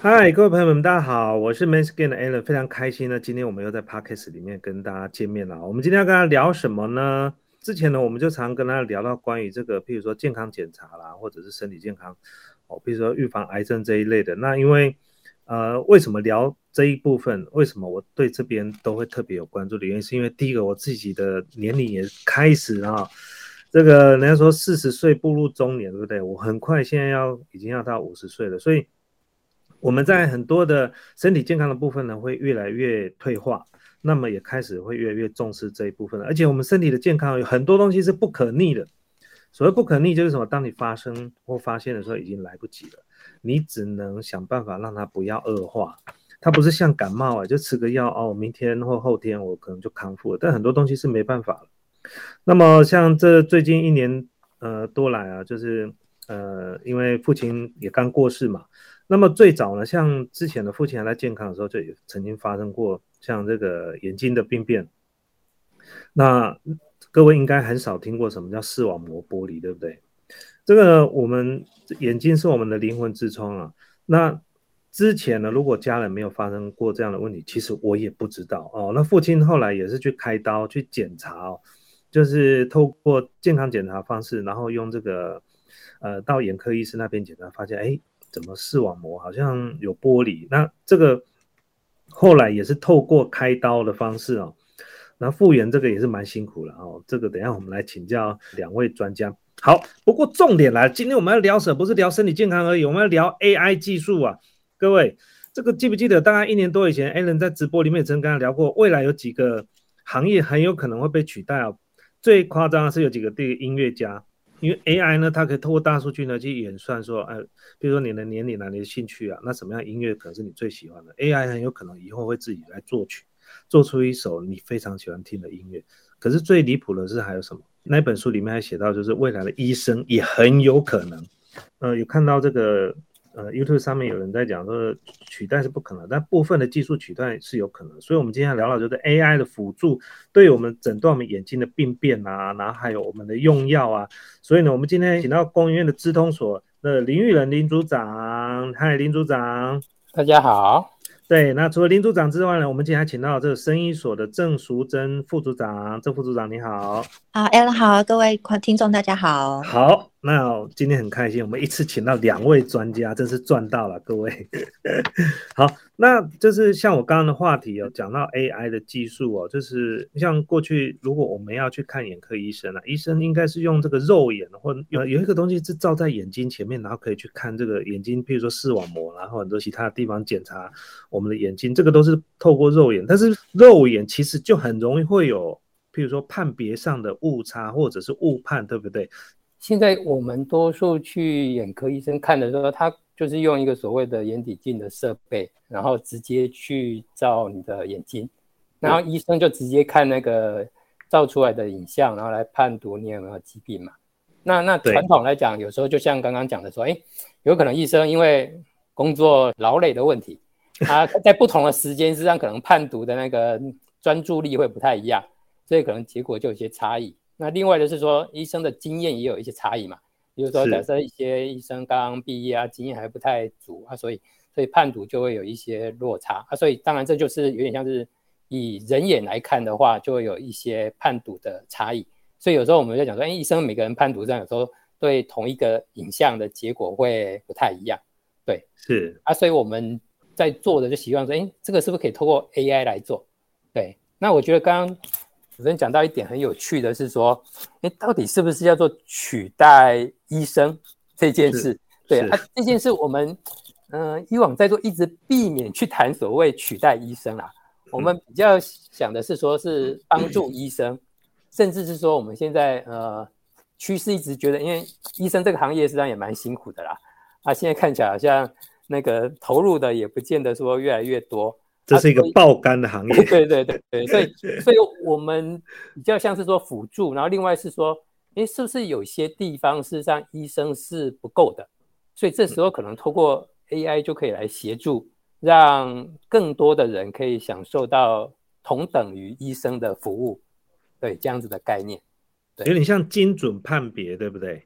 嗨，各位朋友们，大家好，我是 Manskin 的 Alan，非常开心呢。今天我们又在 Podcast 里面跟大家见面了。我们今天要跟大家聊什么呢？之前呢，我们就常跟大家聊到关于这个，譬如说健康检查啦，或者是身体健康，譬如说预防癌症这一类的。那因为为什么聊这一部分？为什么我对这边都会特别有关注的原因，是因为第一个我自己的年龄也开始啊，这个人家说40岁步入中年，对不对？我很快现在已经要到50岁了，所以我们在很多的身体健康的部分呢，会越来越退化，那么也开始会越来越重视这一部分了。而且我们身体的健康有很多东西是不可逆的。所谓不可逆就是什么？当你发生或发现的时候，已经来不及了，你只能想办法让它不要恶化。它不是像感冒就吃个药明天或后天我可能就康复了，但很多东西是没办法了。那么像这最近1年多来啊，就是因为父亲也刚过世嘛，那么最早呢，像之前的父亲还在健康的时候，就也曾经发生过像这个眼睛的病变。那各位应该很少听过什么叫视网膜剥离，对不对？这个我们眼睛是我们的灵魂之窗啊。那之前呢，如果家人没有发生过这样的问题，其实我也不知道那父亲后来也是去开刀去检查就是透过健康检查方式，然后用这个到眼科医生那边检查，发现怎么视网膜好像有剥离？那这个后来也是透过开刀的方式那复原这个也是蛮辛苦了这个等一下我们来请教两位专家。好，不过重点来，今天我们要聊什么？不是聊身体健康而已，我们要聊 AI 技术啊。各位，这个记不记得大概1年多以前 Alan 在直播里面也曾跟他聊过，未来有几个行业很有可能会被取代最夸张的是有几个音乐家，因为 AI 呢，它可以透过大数据呢去演算说，比如说你的年龄你的兴趣那什么样音乐可能是你最喜欢的 ，AI 很有可能以后会自己来作曲，做出一首你非常喜欢听的音乐。可是最离谱的是还有什么？那本书里面还写到，就是未来的医生也很有可能，有看到这个YouTube 上面有人在讲说取代是不可能，但部分的技术取代是有可能。所以我们今天聊到就是 AI 的辅助对我们诊断我们眼睛的病变然后还有我们的用药所以呢，我们今天请到工研院的资通所的林育仁林组长。嗨，林组长。 大家好。 对，那除了林组长之外呢，我们今天还请到这个生医所的郑淑珍副组长。郑副组长你好。 Alan 好，各位听众大家好。 好，那今天很开心，我们一次请到2位专家，真是赚到了各位。好，那就是像我刚刚的话题讲到 AI 的技术就是像过去如果我们要去看眼科医生医生应该是用这个肉眼或有一个东西是照在眼睛前面，然后可以去看这个眼睛，譬如说视网膜，然后很多其他的地方检查我们的眼睛，这个都是透过肉眼，但是肉眼其实就很容易会有譬如说判别上的误差或者是误判，对不对？ 现在我们多数去眼科医生看的时候，他就是用一个所谓的眼底镜的设备，然后直接去照你的眼睛，然后医生就直接看那个照出来的影像，然后来判读你有没有疾病嘛。那传统来讲，有时候就像刚刚讲的说，有可能医生因为工作劳累的问题，他在不同的时间实际上可能判读的那个专注力会不太一样，所以可能结果就有些差异。那另外就是说，医生的经验也有一些差异嘛。比如说，假设一些医生刚刚毕业经验还不太足所以判读就会有一些落差所以当然这就是有点像是以人眼来看的话，就会有一些判读的差异。所以有时候我们就讲说，医生每个人判读上有时候对同一个影像的结果会不太一样。对， 是所以我们在做的就希望说，这个是不是可以透过 AI 来做？对，那我觉得刚刚主持人讲到一点很有趣的是说，到底是不是叫做取代医生这件事？对这件事我们以往在座一直避免去谈所谓取代医生我们比较想的是说是帮助医生，甚至是说我们现在趋势一直觉得，因为医生这个行业实际上也蛮辛苦的啦现在看起来好像那个投入的也不见得说越来越多。 这是一个爆肝的行业。 对对对对，所以我们比较像是说辅助，然后另外是说，是不是有些地方事实上医生是不够的，所以这时候可能透过 AI 就可以来协助，让更多的人可以享受到同等于医生的服务，对，这样子的概念。对， 有点像精准判别，对不对？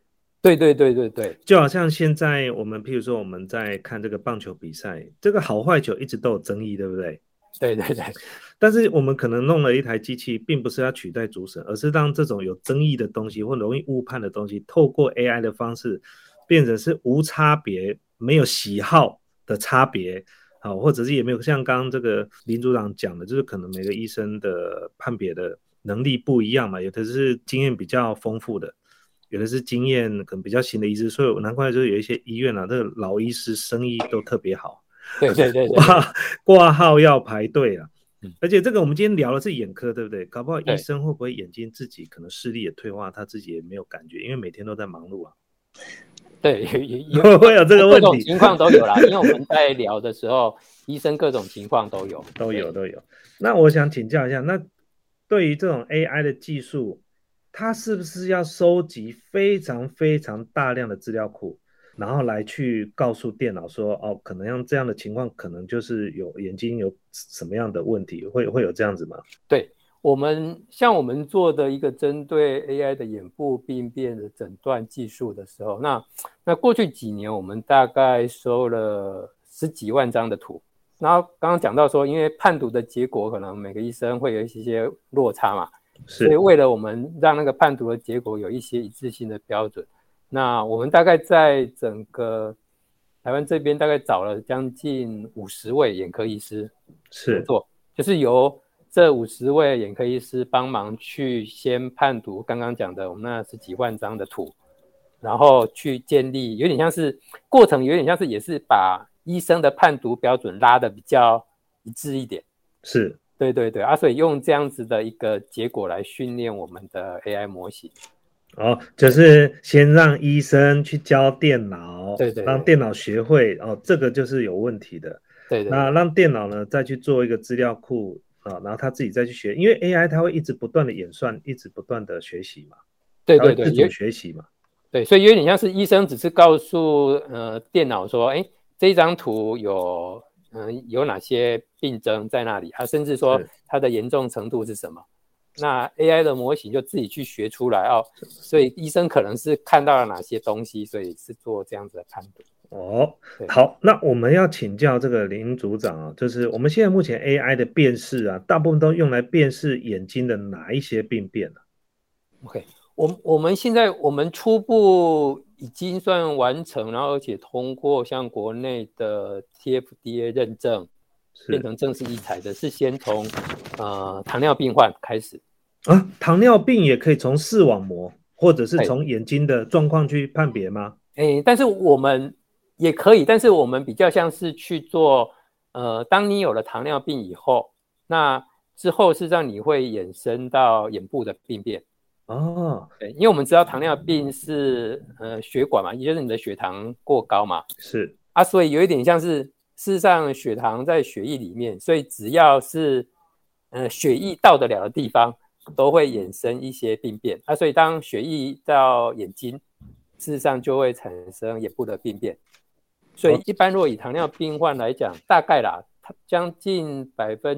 对对对对对， 就好像现在我们譬如说我们在看这个棒球比赛，这个好坏球一直都有争议，对不对？ 对对对， 但是我们可能弄了一台机器，并不是要取代主审，而是让这种有争议的东西或容易误判的东西，透过 AI 的方式变成是无差别、没有喜好的差别，好，或者是也没有像刚刚这个林组长讲的，就是可能每个医生的判别的能力不一样嘛，有的是经验比较丰富的，有的是经验可能比较新的医师，所以难怪就是有一些医院啊，这个老医师生意都特别好。 对对对对， 挂号要排队啊。而且这个我们今天聊的是眼科，对不对？搞不好医生会不会眼睛自己可能视力也退化，他自己也没有感觉，因为每天都在忙碌啊。 对， 会有这个问题， 各种情况都有啦。因为我们在聊的时候，医生各种情况都有。 那我想请教一下，那对于这种 AI 的技术，它是不是要收集非常非常大量的资料库？然后来去告诉电脑说，哦，可能像这样的情况，可能就是有眼睛有什么样的问题，会有这样子吗？ 对，像我们做的一个针对 AI 的眼部病变的诊断技术的时候，那过去几年我们大概收了10几万张的图，然后刚刚讲到说，因为判读的结果可能每个医生会有一些落差嘛，所以为了我们让那个判读的结果有一些一致性的标准。那我们大概在整个台湾这边大概找了将近50位眼科医师合作，就是由这50位眼科医师帮忙去先判读刚刚讲的我们那10几万张的图，然后去建立有点像是过程，有点像是也是把医生的判读标准拉得比较一致一点。 是， 对对对啊，所以用这样子的一个结果来训练我们的 AI 模型。 哦，就是先让医生去教电脑， 对， 让电脑学会，哦，这个就是有问题的。 对， 那让电脑呢再去做一个资料库啊，然后他自己再去学，因为 AI 它会一直不断的演算，一直不断的学习嘛。 对对对， 自主学习嘛。 对，所以有点像是医生只是告诉电脑说，哎，这一张图有哪些病症在那里，甚至说它的严重程度是什么。那 AI 的模型就自己去学出来哦，所以医生可能是看到了哪些东西，所以是做这样子的判断。 哦，好，那我们要请教这个林组长啊，就是我们现在目前 AI 的辨识啊，大部分都用来辨识眼睛的哪一些病变呢 ？OK， 我们现在初步已经算完成，然后而且通过像国内的 TFDA 认证，变成正式医材的，是先从糖尿病患开始啊。糖尿病也可以从视网膜或者是从眼睛的状况去判别吗？ 但是我们也可以，但是我们比较像是去做当你有了糖尿病以后，那之后是让你会衍生到眼部的病变。 哦， 对，因为我们知道糖尿病是血管嘛，也就是你的血糖过高嘛， 是啊，所以有一点像是事实上血糖在血液里面，所以只要是血液到得了的地方，都会衍生一些病变啊，所以当血液到眼睛，事实上就会产生眼部的病变。所以一般如果以糖尿病患来讲，大概啦，将近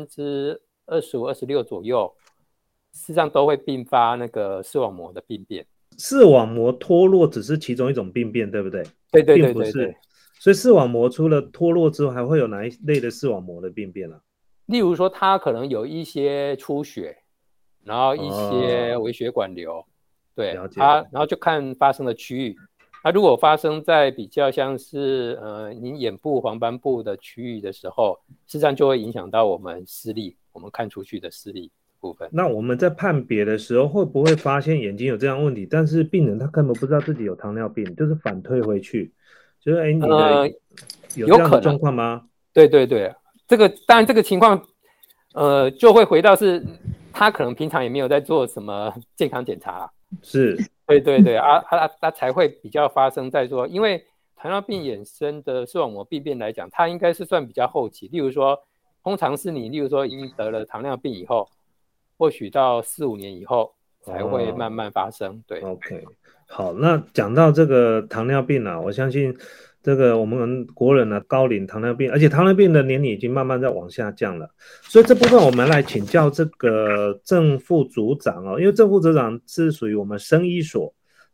25%、26%左右，事实上都会并发那个视网膜的病变。 视网膜脱落只是其中一种病变，对不对？ 对对对并不是。所以视网膜除了脱落之后，还会有哪一类的视网膜的病变啊？ 例如说，它可能有一些出血，然后一些微血管瘤，对，然后就看发生的区域。它如果发生在比较像是你眼部黄斑部的区域的时候，事实上就会影响到我们视力，我们看出去的视力部分。 那我们在判别的时候，会不会发现眼睛有这样的问题，但是病人他根本不知道自己有糖尿病，就是反推回去，就是你的有这样的状况吗？ 对对对，这个当然这个情况就会回到是他可能平常也没有在做什么健康检查， 是， 对对对他才会比较发生在说，因为糖尿病衍生的视网膜病变来讲，它应该是算比较后期，例如说通常是你例如说已经得了糖尿病以后，或许到4、5年以后才会慢慢发生。对 ，OK， 好，那讲到这个糖尿病啊，我相信这个我们国人呢高龄糖尿病，而且糖尿病的年龄已经慢慢在往下降了，所以这部分我们来请教这个郑副组长哦，因为郑副组长是属于我们生医所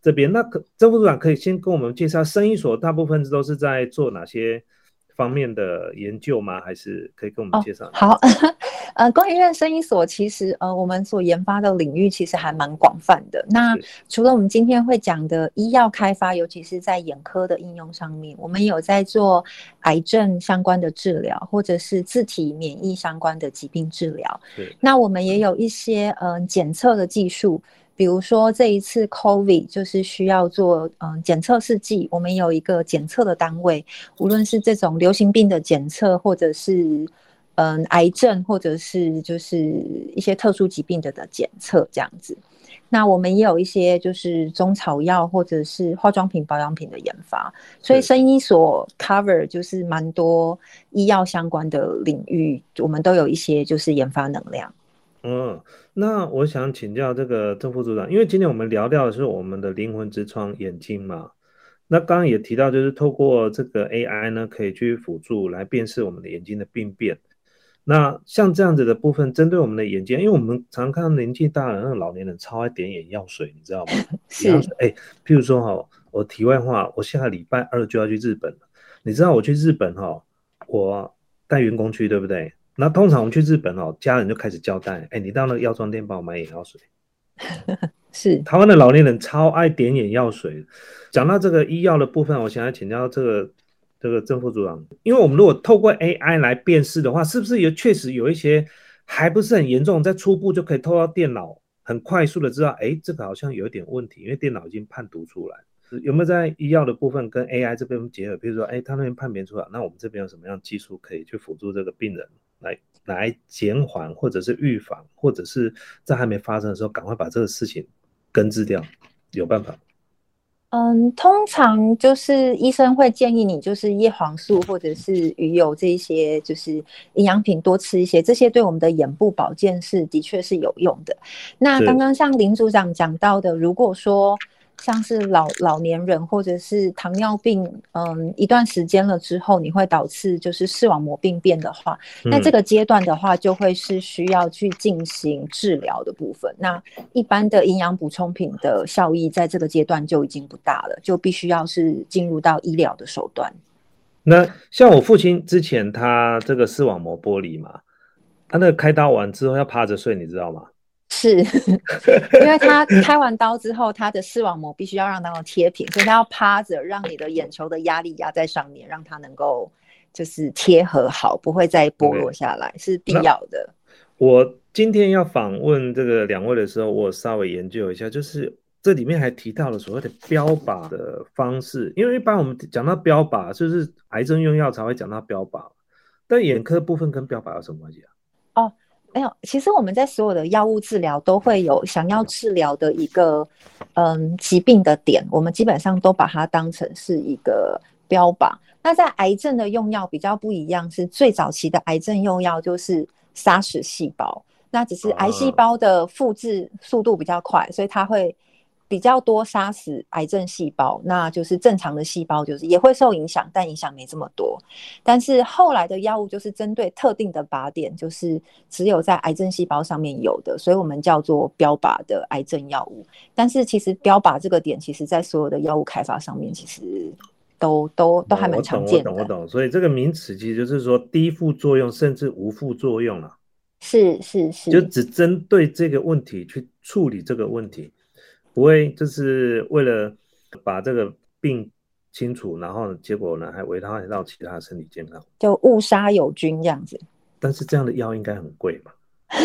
这边。那曾副组长可以先跟我们介绍，生医所大部分都是在做哪些方面的研究吗？还是可以跟我们介绍？ 好，工研院生医所其实我们所研发的领域其实还蛮广泛的。那除了我们今天会讲的医药开发，尤其是在眼科的应用上面，我们有在做癌症相关的治疗，或者是自体免疫相关的疾病治疗。那我们也有一些检测的技术。比如说这一次 COVID 就是需要做检测试剂，我们有一个检测的单位，无论是这种流行病的检测，或者是癌症，或者是就是一些特殊疾病的检测这样子。那我们也有一些就是中草药或者是化妆品保养品的研发，所以生医所 cover 就是蛮多医药相关的领域，我们都有一些就是研发能量。 那我想请教这个曾副组长，因为今天我们聊的是我们的灵魂之窗眼睛嘛，那刚刚也提到就是透过这个 AI 呢，可以去辅助来辨识我们的眼睛的病变。那像这样子的部分，针对我们的眼睛，因为我们常看到年纪大了那种老年人超爱点眼药水，你知道吗？ 是。 譬如说我题外话，我下个礼拜2就要去日本了。你知道我去日本我带员工去，对不对？那通常我们去日本家人就开始交代，你到那个药妆店帮我买眼药水。 是。 台湾的老年人超爱点眼药水。讲到这个医药的部分，我想要请教这个曾副组长，因为我们如果透过 AI 来辨识的话，是不是也确实有一些还不是很严重，在初步就可以透过电脑很快速的知道，这个好像有一点问题，因为电脑已经判读出来。有没有在医药的部分跟 AI 这边结合？比如说，他那边判别出来，那我们这边有什么样的技术可以去辅助这个病人来减缓，或者是预防，或者是在还没发生的时候，赶快把这个事情根治掉，有办法？ 通常就是医生会建议你就是叶黄素或者是鱼油这一些就是营养品多吃一些，这些对我们的眼部保健是的确是有用的。那刚刚像林组长讲到的，如果说像是老年人或者是糖尿病一段时间了之后，你会导致就是视网膜病变的话，那这个阶段的话就会是需要去进行治疗的部分。那一般的营养补充品的效益在这个阶段就已经不大了，就必须要是进入到医疗的手段。 那像我父亲之前他这个视网膜剥离嘛，他那个开刀完之后要趴着睡，你知道吗？ 是因为他开完刀之后，他的视网膜必须要让它贴平，所以他要趴着，让你的眼球的压力压在上面，让它能够就是贴合好，不会再剥落下来，是必要的。 我今天要访问这个2位的时候，我稍微研究一下，就是这里面还提到了所谓的标靶的方式，因为一般我们讲到标靶，就是癌症用药才会讲到标靶，但眼科部分跟标靶有什么关系啊？ 没有，其实我们在所有的药物治疗都会有想要治疗的一个疾病的点，我们基本上都把它当成是一个标靶。那在癌症的用药比较不一样，是最早期的癌症用药就是杀死细胞，那只是癌细胞的复制速度比较快，所以它会比较多杀死癌症细胞，那就是正常的细胞就是也会受影响，但影响没这么多。但是后来的药物就是针对特定的靶点，就是只有在癌症细胞上面有的，所以我们叫做标靶的癌症药物。但是其实标靶这个点，其实在所有的药物开发上面，其实都还蛮常见的。 我懂。所以这个名词其实就是说低副作用甚至无副作用了。 是， 就只针对这个问题去处理这个问题。不会就是为了把这个病清除，然后结果呢还危害到其他的身体健康， 就误杀友军这样子。 但是这样的药应该很贵吧？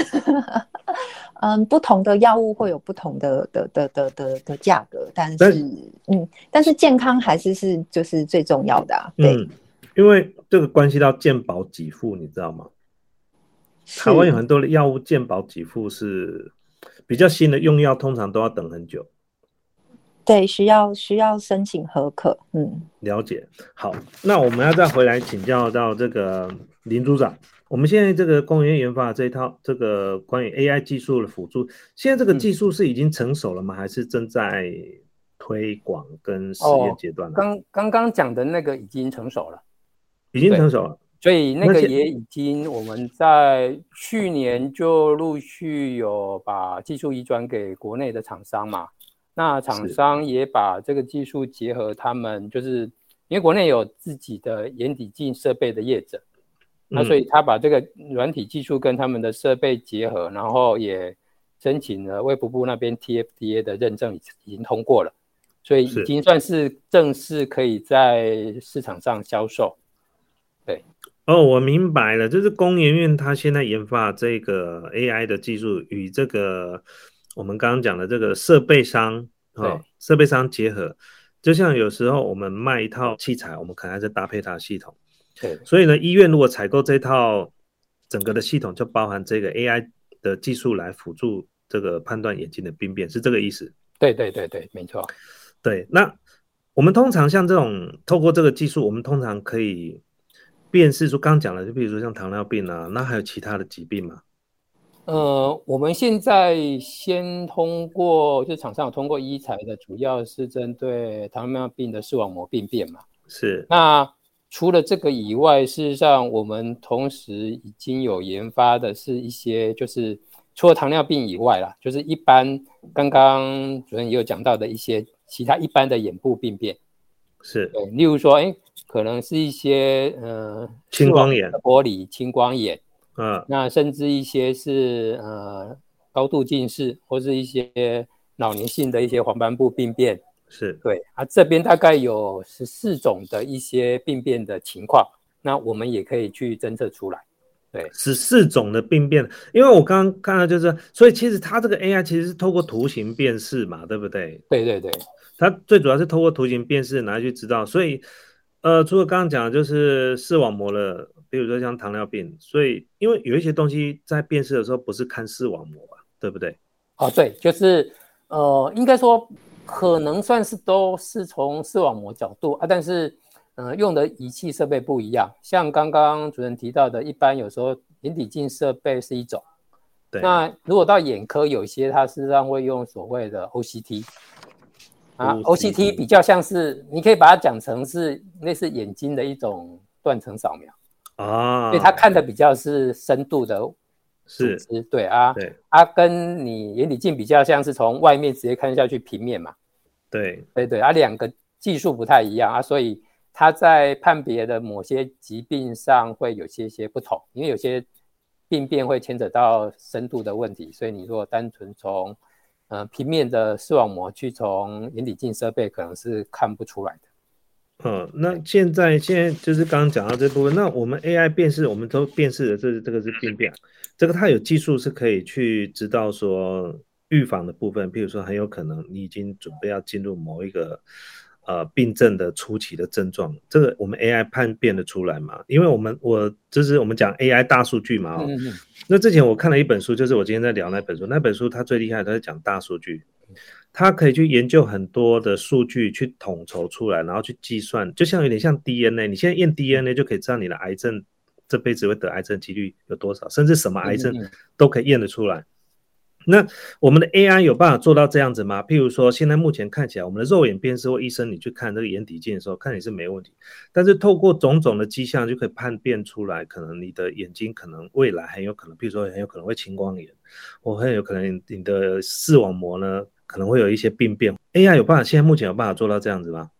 不同的药物会有不同的价格，但是健康还是就是最重要的啊。对， 因为这个关系到健保给付，你知道吗？台湾有很多的药物健保给付是比较新的用药，通常都要等很久。 对，需要申请核可。 了解。好，那我们要再回来请教到这个林组长，我们现在这个工研院研发的这一套这个关于 AI 技术的辅助，现在这个技术是已经成熟了吗？还是正在推广跟实验阶段呢？ 刚刚讲的那个已经成熟了， 已经成熟了。 所以那个也已经，我们在去年就陆续有把技术移转给国内的厂商嘛。 那厂商也把这个技术结合他们，就是因为国内有自己的眼底镜设备的业者，那所以他把这个软体技术跟他们的设备结合，然后也申请了卫福部那边 TFDA 的认证已经通过了，所以已经算是正式可以在市场上销售。对， 我明白了，就是工研院它现在研发这个 AI 的技术与这个我们刚刚讲的这个设备商设备商结合，就像有时候我们卖一套器材，我们可能还是搭配它的系统。 对， 所以呢，医院如果采购这套整个的系统，就包含这个 AI 的技术来辅助这个判断眼睛的病变，是这个意思？ 对对对对，没错。 对，那我们通常像这种透过这个技术，我们通常可以辨识出刚刚讲的，就比如说像糖尿病啊，那还有其他的疾病吗？ 我们现在先通过，就厂商有通过医材的，主要是针对糖尿病的视网膜病变嘛。 是。那除了这个以外，事实上我们同时已经有研发的是一些，就是除了糖尿病以外啦，就是一般刚刚主任也有讲到的一些其他一般的眼部病变。 是。 对，例如说，可能是一些青光眼、 玻璃、青光眼，那甚至一些是高度近视，或是一些脑年性的一些黄斑部病变。 是， 对这边大概有14种的一些病变的情况，那我们也可以去侦测出来。对 ，14种的病变，因为我刚刚看到就是，所以其实它这个 AI 其实是透过图形辨识嘛，对不对？ 对对对， 它最主要是透过图形辨识拿去知道，所以除了刚刚讲的就是视网膜了，比如说像糖尿病，所以因为有一些东西在辨识的时候不是看视网膜吧，对不对？ 对，就是应该说可能算是都是从视网膜角度但是用的仪器设备不一样，像刚刚主任提到的，一般有时候眼底镜设备是一种， 对。 那如果到眼科，有些它事实上会用所谓的 OCT。OCT 比较像是，你可以把它讲成是类似眼睛的一种断层扫描所以它看的比较是深度的组织。对，跟你眼底镜比较像是从外面直接看下去平面嘛。 对对对，两个技术不太一样所以它在判别的某些疾病上会有些不同，因为有些病变会牵扯到深度的问题，所以你如果单纯从平面的视网膜去从眼底镜设备可能是看不出来的。 那现在就是刚刚讲到这部分，那我们 AI 辨识，我们都辨识的这个是病变，这个它有技术是可以去知道说预防的部分，譬如说很有可能你已经准备要进入某一个病症的初期的症状，这个我们 AI 判辨得出来嘛？因为就是我们讲 AI 大数据嘛那之前我看了一本书，就是我今天在聊那本书，那本书它最厉害，它在讲大数据。它可以去研究很多的数据去统筹出来，然后去计算，就像有点像 DNA， 你现在验 DNA 就可以知道你的癌症这辈子会得癌症几率有多少，甚至什么癌症都可以验得出来。那我们的 AI 有办法做到这样子吗？譬如说现在目前看起来我们的肉眼辨识或医生你去看这个眼底镜的时候看你是没问题，但是透过种种的迹象就可以判辨出来，可能你的眼睛可能未来很有可能，譬如说很有可能会青光眼，或很有可能你的视网膜呢可能会有一些病变。 AI 有办法，现在目前有办法做到这样子吗？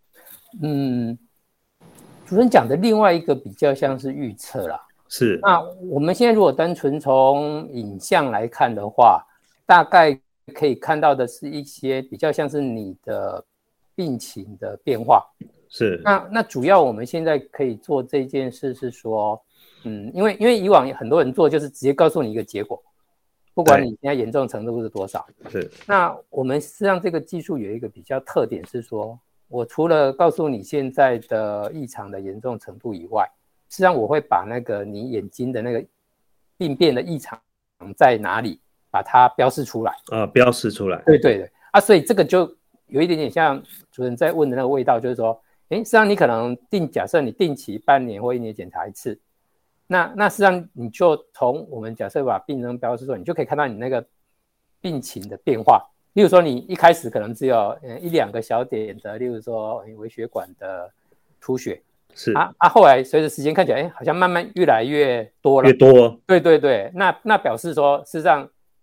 主任讲的另外一个比较像是预测啦。 是。 那我们现在如果单纯从影像来看的话，大概可以看到的是一些比较像是你的病情的变化。 是。 那主要我们现在可以做这件事是说，因为以往很多人做就是直接告诉你一个结果，不管你现在严重程度是多少。 是。 那我们实际上这个技术有一个比较特点是说，我除了告诉你现在的异常的严重程度以外，实际上我会把那个你眼睛的那个病变的异常在哪里，把它标示出来。 标示出来。 对对对所以这个就有一点点像主任在问的那个味道，就是说，实际上你可能假设你定期半年或1年检查一次。那实际上你就从我们假设把病症标示出来，你就可以看到你那个病情的变化。例如说你一开始可能只有1-2个小点的，例如说微血管的出血， 是后来随着时间看起来好像慢慢越来越多了。 越多。 对对对，那表示说事实上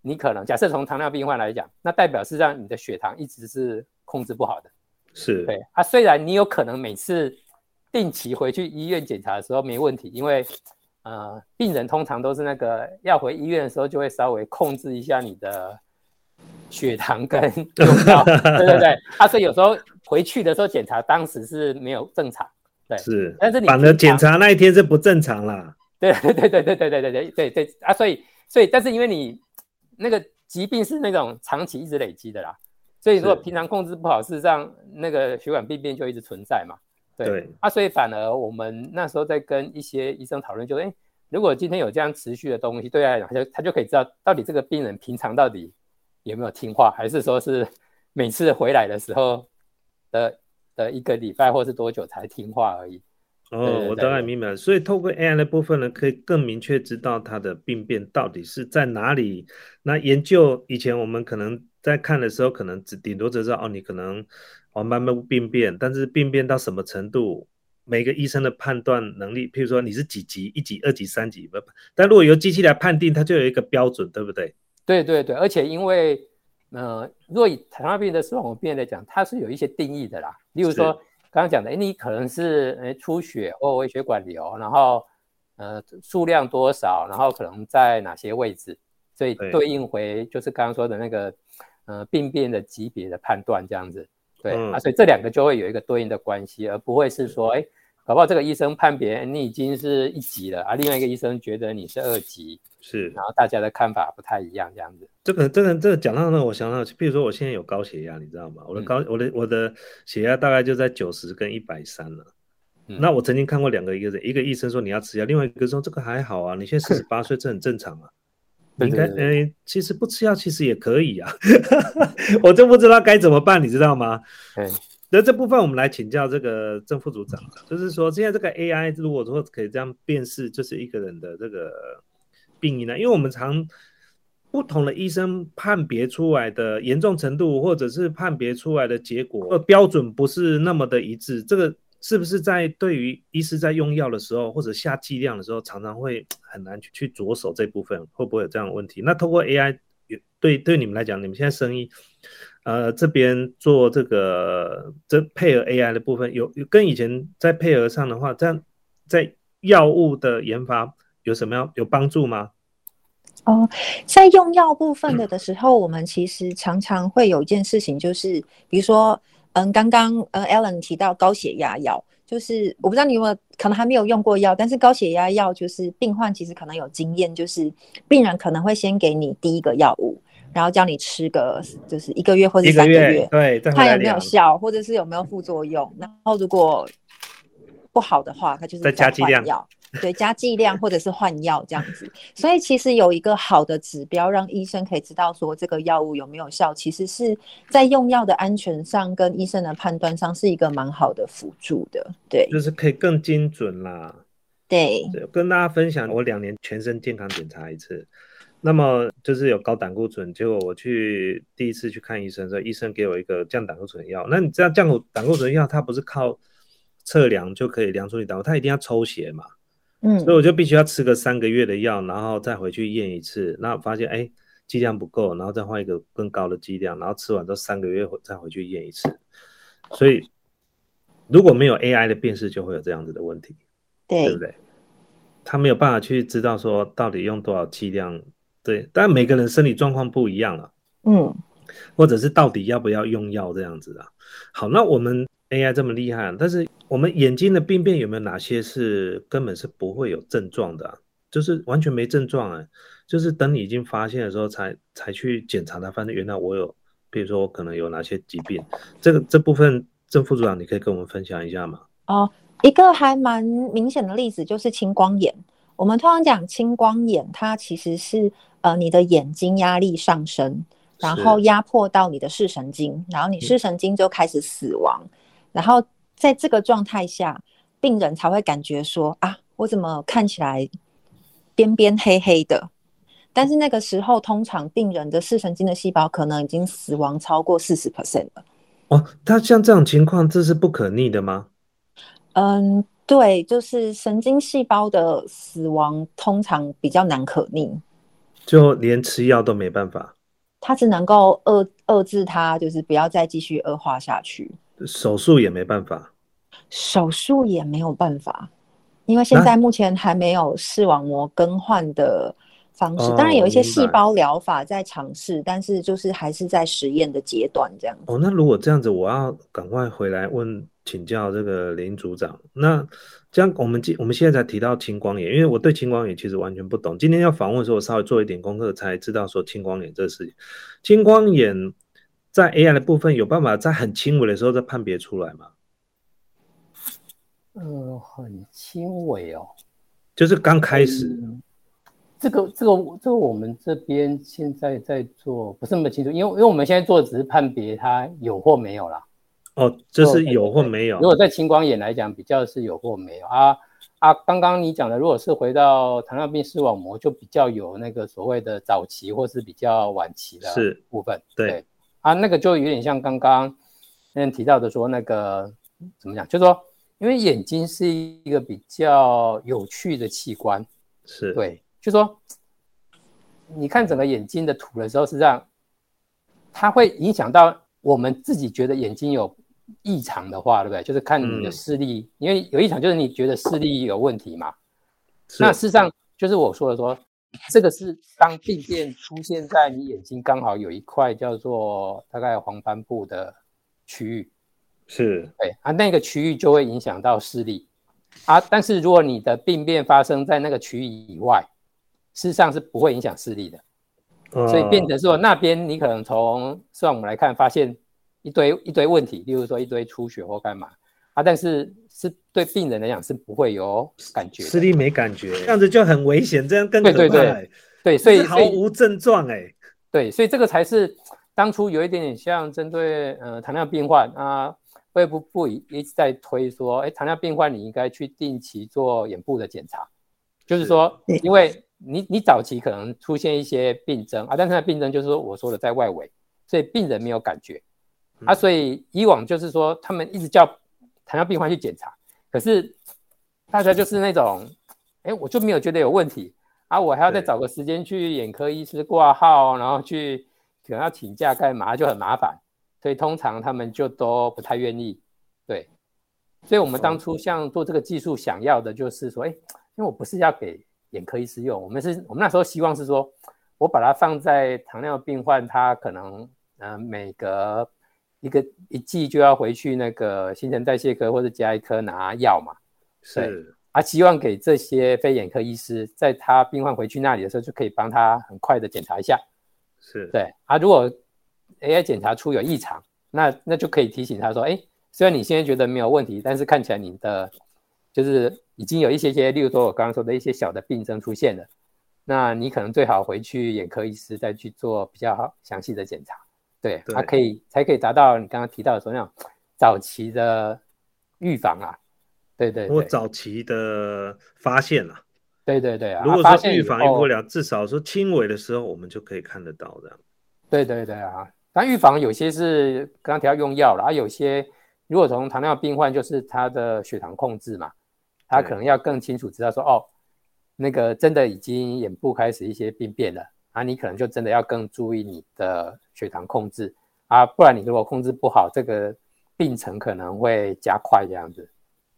你可能假设从糖尿病患来讲，那代表是让你的血糖一直是控制不好的。 是， 对啊，虽然你有可能每次定期回去医院检查的时候没问题，因为病人通常都是那个要回医院的时候就会稍微控制一下你的血糖跟用药，对对对，所以有时候回去的时候检查当时是没有正常，对， 是， 但是你反而检查那一天是不正常啦。 对对对对对对对对对对啊，所以但是因为你那个疾病是那种长期一直累积的啦，所以如果平常控制不好，事实上那个血管病变就一直存在嘛。对啊，所以反而我们那时候在跟一些医生讨论，就如果今天有这样持续的东西，对他来讲，他就可以知道到底这个病人平常到底有没有听话，还是说是每次回来的时候的1个礼拜或是多久才听话而已。 我大概明白了。所以透过 AI 的部分呢，可以更明确知道它的病变到底是在哪里。那研究以前我们可能在看的时候，可能顶多只知道你可能黄斑部病变，但是病变到什么程度，每个医生的判断能力，譬如说你是几级，1级、2级、3级，但如果由机器来判定，它就有一个标准，对不对？ 对对对，而且因为如果以糖尿病的视网膜病变来讲，它是有一些定义的啦，例如说刚刚讲的，你可能是出血或微血管瘤，然后数量多少，然后可能在哪些位置，所以对应回就是刚刚说的那个病变的级别的判断这样子。对所以这两个就会有一个对应的关系，而不会是说搞不好这个医生判别你已经是1级了另外一个医生觉得你是2级， 是， 然后大家的看法不太一样这样子。 这个讲到呢，我想到，比如说我现在有高血压，你知道吗？我的血压大概就在90跟130了。那我曾经看过2个，一个医生说你要吃药，另外一个说这个还好啊，你现在48岁，这很正常啊。你应该其实不吃药其实也可以啊。我就不知道该怎么办，你知道吗？那这部分我们来请教这个郑副组长，就是说现在这个 AI 如果说可以这样辨识，就是一个人的这个病因呢，因为我们常不同的医生判别出来的严重程度，或者是判别出来的结果标准不是那么的一致，这个是不是在对于医师在用药的时候或者下剂量的时候，常常会很难去着手这部分，会不会有这样的问题？那透过 AI 对你们来讲，你们现在生意这边做这配合 AI 的部分，有跟以前在配合上的话，这样在药物的研发有什么有帮助吗？ 在用药部分的时候，我们其实常常会有一件事情，就是比如说刚刚Alan 提到高血压药，就是我不知道你有没有可能还没有用过药，但是高血压药就是病患其实可能有经验，就是病人可能会先给你第一个药物，然后叫你吃个就是1个月或者3个月， 对， 看有没有效，或者是有没有副作用，然后如果不好的话，它就是再加剂量， 对，加剂量或者是换药这样子。所以其实有一个好的指标，让医生可以知道说这个药物有没有效，其实是在用药的安全上跟医生的判断上是一个蛮好的辅助的。对， 就是可以更精准啦。 对， 跟大家分享，我2年全身健康检查1次，那么就是有高胆固醇，结果我第一次去看医生的时候，医生给我一个降胆固醇药。那你这样降胆固醇药，它不是靠测量就可以量出你胆固醇，它一定要抽血嘛。所以我就必须要吃个3个月的药，然后再回去验一次，那发现剂量不够，然后再换一个更高的剂量，然后吃完之后3个月再回去验一次。所以如果没有 AI 的辨识，就会有这样子的问题，对不对？他没有办法去知道说到底用多少剂量，对，但每个人身体状况不一样了，或者是到底要不要用药这样子啊。好，那我们 AI 这么厉害，但是我们眼睛的病变有没有哪些是根本是不会有症状的就是完全没症状就是等你已经发现的时候才去检查它，发现原来我有，比如说我可能有哪些疾病，这部分郑副组长你可以跟我们分享一下吗？ 一个还蛮明显的例子就是青光眼。我们通常讲青光眼，它其实是你的眼睛压力上升，然后压迫到你的视神经，然后你视神经就开始死亡，然后在这个状态下，病人才会感觉说我怎么看起来边边黑黑的，但是那个时候通常病人的视神经的细胞可能已经死亡超过 40% 了。 他像这种情况，这是不可逆的吗？ 对，就是神经细胞的死亡通常比较难可逆。 就连吃药都没办法， 他只能够遏制他，就是不要再继续恶化下去。 手术也没办法， 手术也没有办法，因为现那在目前还没有视网膜更换的方式。当然有我一些明白。 细胞疗法在尝试，但是就是还是在实验的阶段这样子。 那如果这样子，我要赶快回来请教这个林组长。那这样我们现在才提到青光眼，因为我对青光眼其实完全不懂。今天要访问的时候，我稍微做一点功课才知道说青光眼这事情。青光眼在 AI 的部分有办法在很轻微的时候再判别出来吗？ 很轻微哦， 就是刚开始。 这个我们这边现在在做不是那么清楚，因为我们现在做的只是判别它有或没有啦。 这是有或没有。 如果在青光眼来讲，比较是有或没有啊。刚刚你讲的，如果是回到糖尿病视网膜，就比较有那个所谓的早期或是比较晚期的部分。对那个就有点像刚刚提到的说那个怎么讲，就是说，因为眼睛是一个比较有趣的器官， 是对，就是说你看整个眼睛的图的时候，实际上它会影响到我们自己觉得眼睛有异常的话，对不对？就是看你的视力，因为有异常就是你觉得视力有问题嘛。那事实上就是我说的说，这个是当病变出现在你眼睛刚好有一块叫做大概黄斑部的区域， 是对那个区域就会影响到视力但是如果你的病变发生在那个区域以外，事实上是不会影响视力的。所以变成说那边你可能从视网膜来看发现一堆问题，例如说一堆出血或干嘛但是对病人来讲是不会有感觉的， 视力没感觉，这样子就很危险，这样更可怕。 对，所以毫无症状对，所以这个才是当初有一点点像针对糖尿病患卫福部一直在推说糖尿病患你应该去定期做眼部的检查，就是说因为你早期可能出现一些病症但是那病症就是说我说的在外围，所以病人没有感觉所以以往就是说他们一直叫糖尿病患去检查，可是大家就是那种我就没有觉得有问题我还要再找个时间去眼科医师挂号，然后去可能要请假干嘛，就很麻烦，所以通常他们就都不太愿意。对，所以我们当初像做这个技术想要的就是说因为我不是要给眼科医师用，我们那时候希望是说我把它放在糖尿病患他可能每隔一季就要回去那个新陈代谢科或者家医科拿药嘛， 是希望给这些非眼科医师在他病患回去那里的时候就可以帮他很快的检查一下， 是对如果 AI 检查出有异常，那就可以提醒他说虽然你现在觉得没有问题，但是看起来你的就是已经有一些例如说我刚刚说的一些小的病症出现了，那你可能最好回去眼科医师再去做比较详细的检查，对才可以达到你刚刚提到的说那种早期的预防对， 或早期的发现对如果说预防不了，至少说轻微的时候我们就可以看得到的。 对但预防有些是刚刚提到用药了有些如果从糖尿病患就是他的血糖控制嘛，他可能要更清楚知道说那个真的已经眼部开始一些病变了你可能就真的要更注意你的血糖控制不然你如果控制不好，这个病程可能会加快这样子。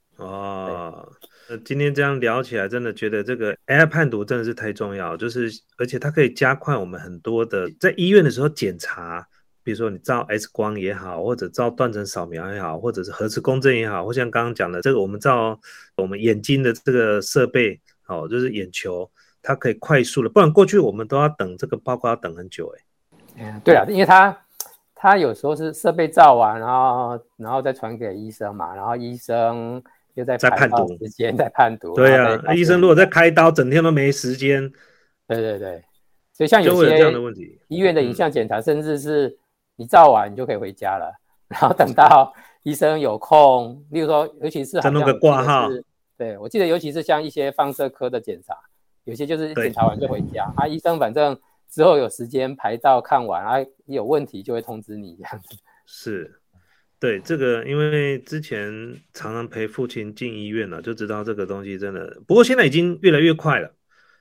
今天这样聊起来，真的觉得这个 AI 判读真的是太重要，就是而且它可以加快我们很多的在医院的时候检查，比如说你照 X 光也好，或者照断层扫描也好，或者是核磁共振也好，或像刚刚讲的这个我们照我们眼睛的这个设备就是眼球，它可以快速的，不然过去我们都要等这个报告要等很久对因为它有时候是设备照完然后再传给医生嘛，然后医生又在判读时间在判读， 对医生如果在开刀整天都没时间， 对，所以像有些这样的问题， 医院的影像检查甚至是你照完你就可以回家了，然后等到医生有空，例如说尤其是再弄个挂号， 对我记得尤其是像一些放射科的检查，有些就是检查完就回家医生反正之后有时间排到看完有问题就会通知你这样子。 是对这个，因为之前常常陪父亲进医院了，就知道这个东西真的。不过现在已经越来越快了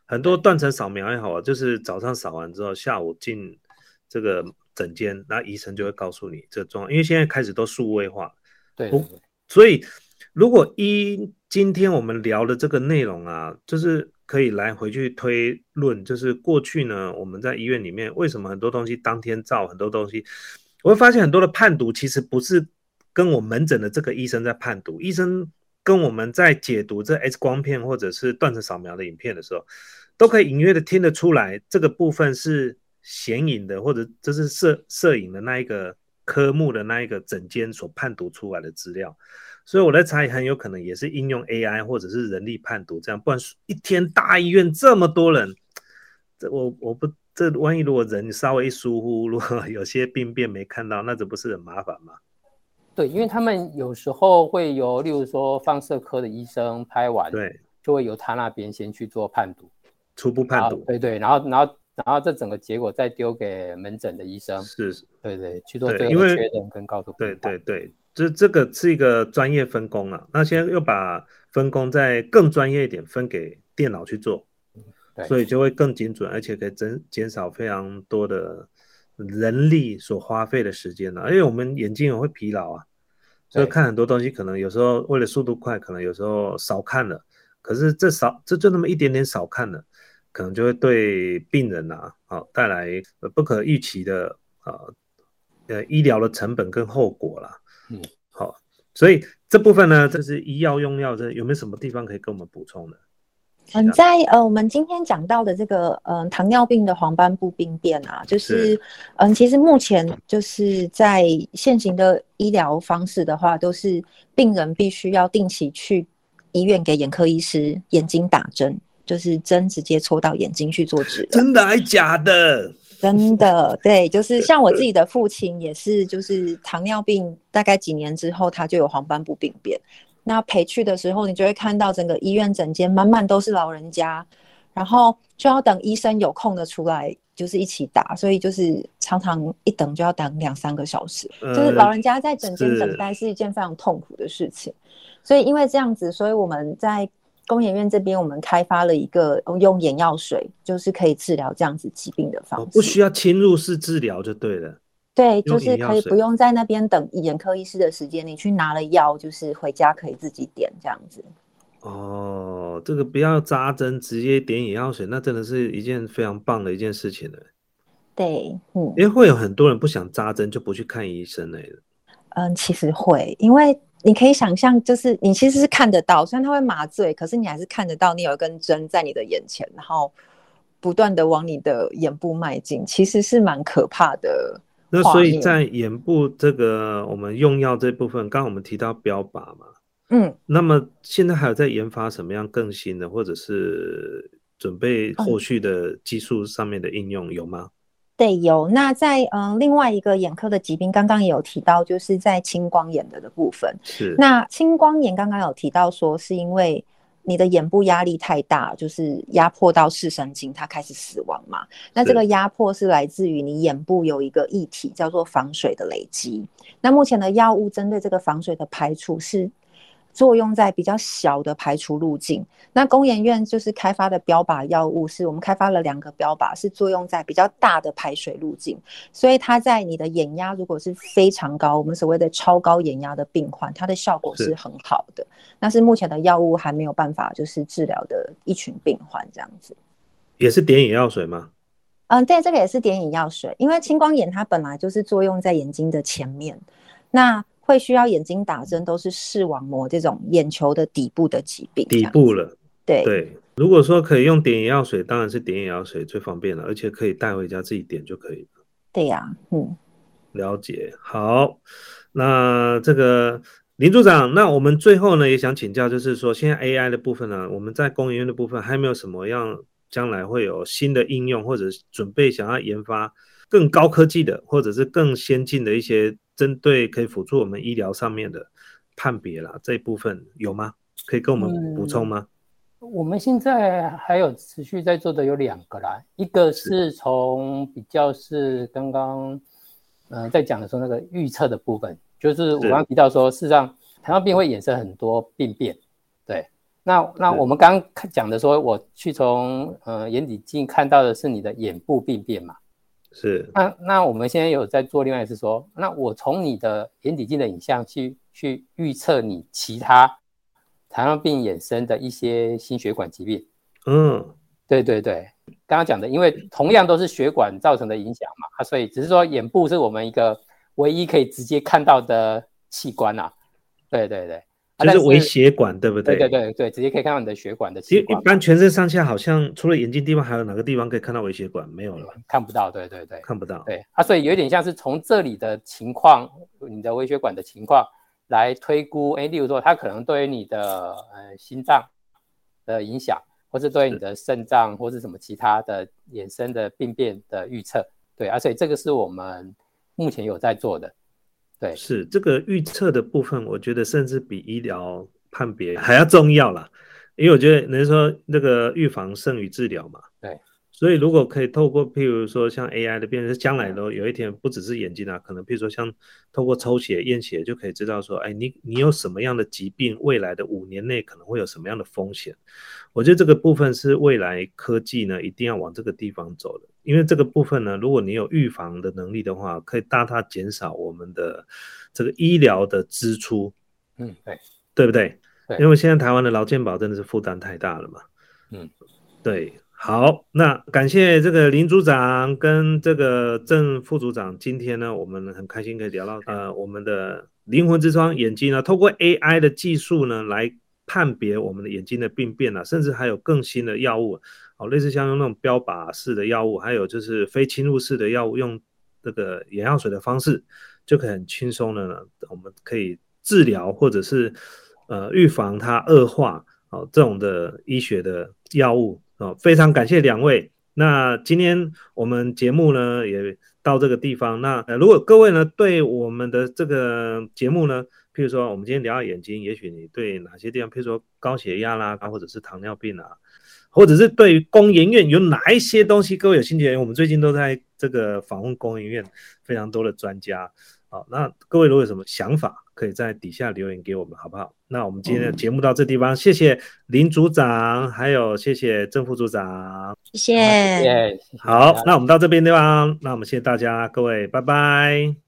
很多断层扫描也好，就是早上扫完之后，下午进这个诊间，那医生就会告诉你这个状况，因为现在开始都数位化。 对， 所以如果今天我们聊的这个内容啊，就是可以来回去推论，就是过去呢，我们在医院里面为什么很多东西当天照，很多东西，我会发现很多的判读其实不是跟我门诊的这个医生在判读，医生跟我们在解读这 X 光片或者是断层扫描的影片的时候，都可以隐约的听得出来，这个部分是显影的，或者这是摄影的那一个科目的那一个诊间所判读出来的资料。所以我在猜，很有可能也是应用 AI 或者是人力判读这样，不然一天大医院这么多人，这万一如果人稍微一疏忽，如果有些病变没看到，那这不是很麻烦吗？ 对，因为他们有时候会由，例如说放射科的医生拍完， 对， 就会由他那边先去做判读， 初步判读， 对，然后这整个结果再丢给门诊的医生， 是， 对，去做最后的确认跟告诉病患。 对，这个是一个专业分工啊，那现在又把分工再更专业一点分给电脑去做，所以就会更精准，而且可以减少非常多的人力所花费的时间了，因为我们眼睛也会疲劳啊，所以看很多东西可能有时候为了速度快，可能有时候少看了，可是这就那么一点点少看了，可能就会对病人啊，带来不可预期的医疗的成本跟后果啦。好，所以这部分呢，这是医药用药，这有没有什么地方可以跟我们补充的？ 在我们今天讲到的这个糖尿病的黄斑部病变啊，就是其实目前就是在现行的医疗方式的话，都是病人必须要定期去医院给眼科医师眼睛打针，就是针直接戳到眼睛去做治疗。 真的还假的？ 真的，对，就是像我自己的父亲也是，就是糖尿病大概几年之后，他就有黄斑部病变。那陪去的时候，你就会看到整个医院整间满满都是老人家，然后就要等医生有空的出来，就是一起打，所以就是常常一等就要等2-3个小时，就是老人家在诊间等待是一件非常痛苦的事情。所以因为这样子，所以我们在工研院这边，我们开发了一个用眼药水，就是可以治疗这样子疾病的方式， 不需要侵入式治疗就对了。 对，就是可以不用在那边等眼科医师的时间，你去拿了药，就是回家可以自己点这样子。 哦，这个不要扎针，直接点眼药水，那真的是一件非常棒的一件事情了。 对， 因为会有很多人不想扎针就不去看医生了。 其实会，因为你可以想象，就是你其实是看得到，虽然它会麻醉，可是你还是看得到你有一根针在你的眼前，然后不断的往你的眼部迈进，其实是蛮可怕的。 那所以在眼部这个我们用药这部分，刚刚我们提到标靶嘛，那么现在还有在研发什么样更新的，或者是准备后续的技术上面的应用有吗？ 对，有。那在另外一个眼科的疾病，刚刚也有提到，就是在青光眼的部分。 是。 那青光眼刚刚有提到说，是因为你的眼部压力太大，就是压迫到视神经，它开始死亡嘛。那这个压迫是来自于你眼部有一个液体叫做防水的累积。那目前的药物针对这个防水的排除是作用在比较小的排除路径。那工研院就是开发的标靶药物，是我们开发了2个标靶，是作用在比较大的排水路径，所以它在你的眼压如果是非常高，我们所谓的超高眼压的病患，它的效果是很好的。那是目前的药物还没有办法就是治疗的一群病患这样子。 也是点眼药水吗？ 对，这个也是点眼药水，因为青光眼它本来就是作用在眼睛的前面，那会需要眼睛打针都是视网膜这种眼球的底部的疾病。 底部了。 对， 如果说可以用点眼药水，当然是点眼药水最方便了，而且可以带回家自己点就可以了。 对呀， 了解。好，那这个林组长，那我们最后呢也想请教，就是说现在 AI 的部分呢，我们在工研院的部分还有没有什么样将来会有新的应用，或者准备想要研发更高科技的，或者是更先进的一些针对可以辅助我们医疗上面的判别啦，这一部分有吗？可以跟我们补充吗？ 我们现在还有持续在做的有2个啦，一个是从比较是刚刚在讲的时候那个预测的部分，就是我刚刚提到说，事实上糖尿病会衍生很多病变，对， 那我们刚刚讲的说，我去从眼底镜看到的是你的眼部病变嘛？ 是。 那我们现在有在做另外一次说，那我从你的眼底镜的影像去预测你其他糖尿病衍生的一些心血管疾病。对对对，刚刚讲的，因为同样都是血管造成的影响嘛，所以只是说眼部是我们一个唯一可以直接看到的器官啊。对对对。 就是微血管，对不对？ 对对对对，直接可以看到你的血管的器官。 一般全身上下好像除了眼睛地方，还有哪个地方可以看到微血管？没有了， 看不到。对对对， 看不到。 对所以有点像是从这里的情况，你的微血管的情况来推估，例如说它可能对于你的心脏的影响，或是对你的肾脏或是什么其他的衍生的病变的预测。对所以这个是我们目前有在做的。对， 是这个预测的部分，我觉得甚至比医疗判别还要重要啦，因为我觉得人家说那个预防胜于治疗嘛。 对， 所以如果可以透过譬如说像 AI 的变成，将来都有一天不只是眼睛啊，可能譬如说像透过抽血验血就可以知道说，你有什么样的疾病，未来的5年内可能会有什么样的风险。我觉得这个部分是未来科技呢一定要往这个地方走的，因为这个部分呢，如果你有预防的能力的话，可以大大减少我们的这个医疗的支出。 对， 对不对？ 对， 因为现在台湾的劳健保真的是负担太大了嘛。对。好，那感谢这个林组长跟这个郑副组长，今天呢，我们很开心可以聊到我们的灵魂之窗眼睛呢，透过 AI 的技术呢来判别我们的眼睛的病变甚至还有更新的药物，类似像用那种标靶式的药物，还有就是非侵入式的药物，用这个眼药水的方式，就可以很轻松的呢，我们可以治疗或者是预防它恶化这种的医学的药物。非常感谢2位。那今天我们节目呢也到这个地方。那如果各位呢对我们的这个节目呢，譬如说我们今天聊到眼睛，也许你对哪些地方，譬如说高血压啦，或者是糖尿病啊，或者是对于工研院有哪一些东西各位有兴趣，我们最近都在这个访问工研院非常多的专家。那各位如果有什么想法，可以在底下留言给我们，好不好？那我们今天的节目到这地方，谢谢林组长，还有谢谢郑副组长， 谢谢。 好，那我们到这边对吧？那我们谢谢大家，各位，拜拜。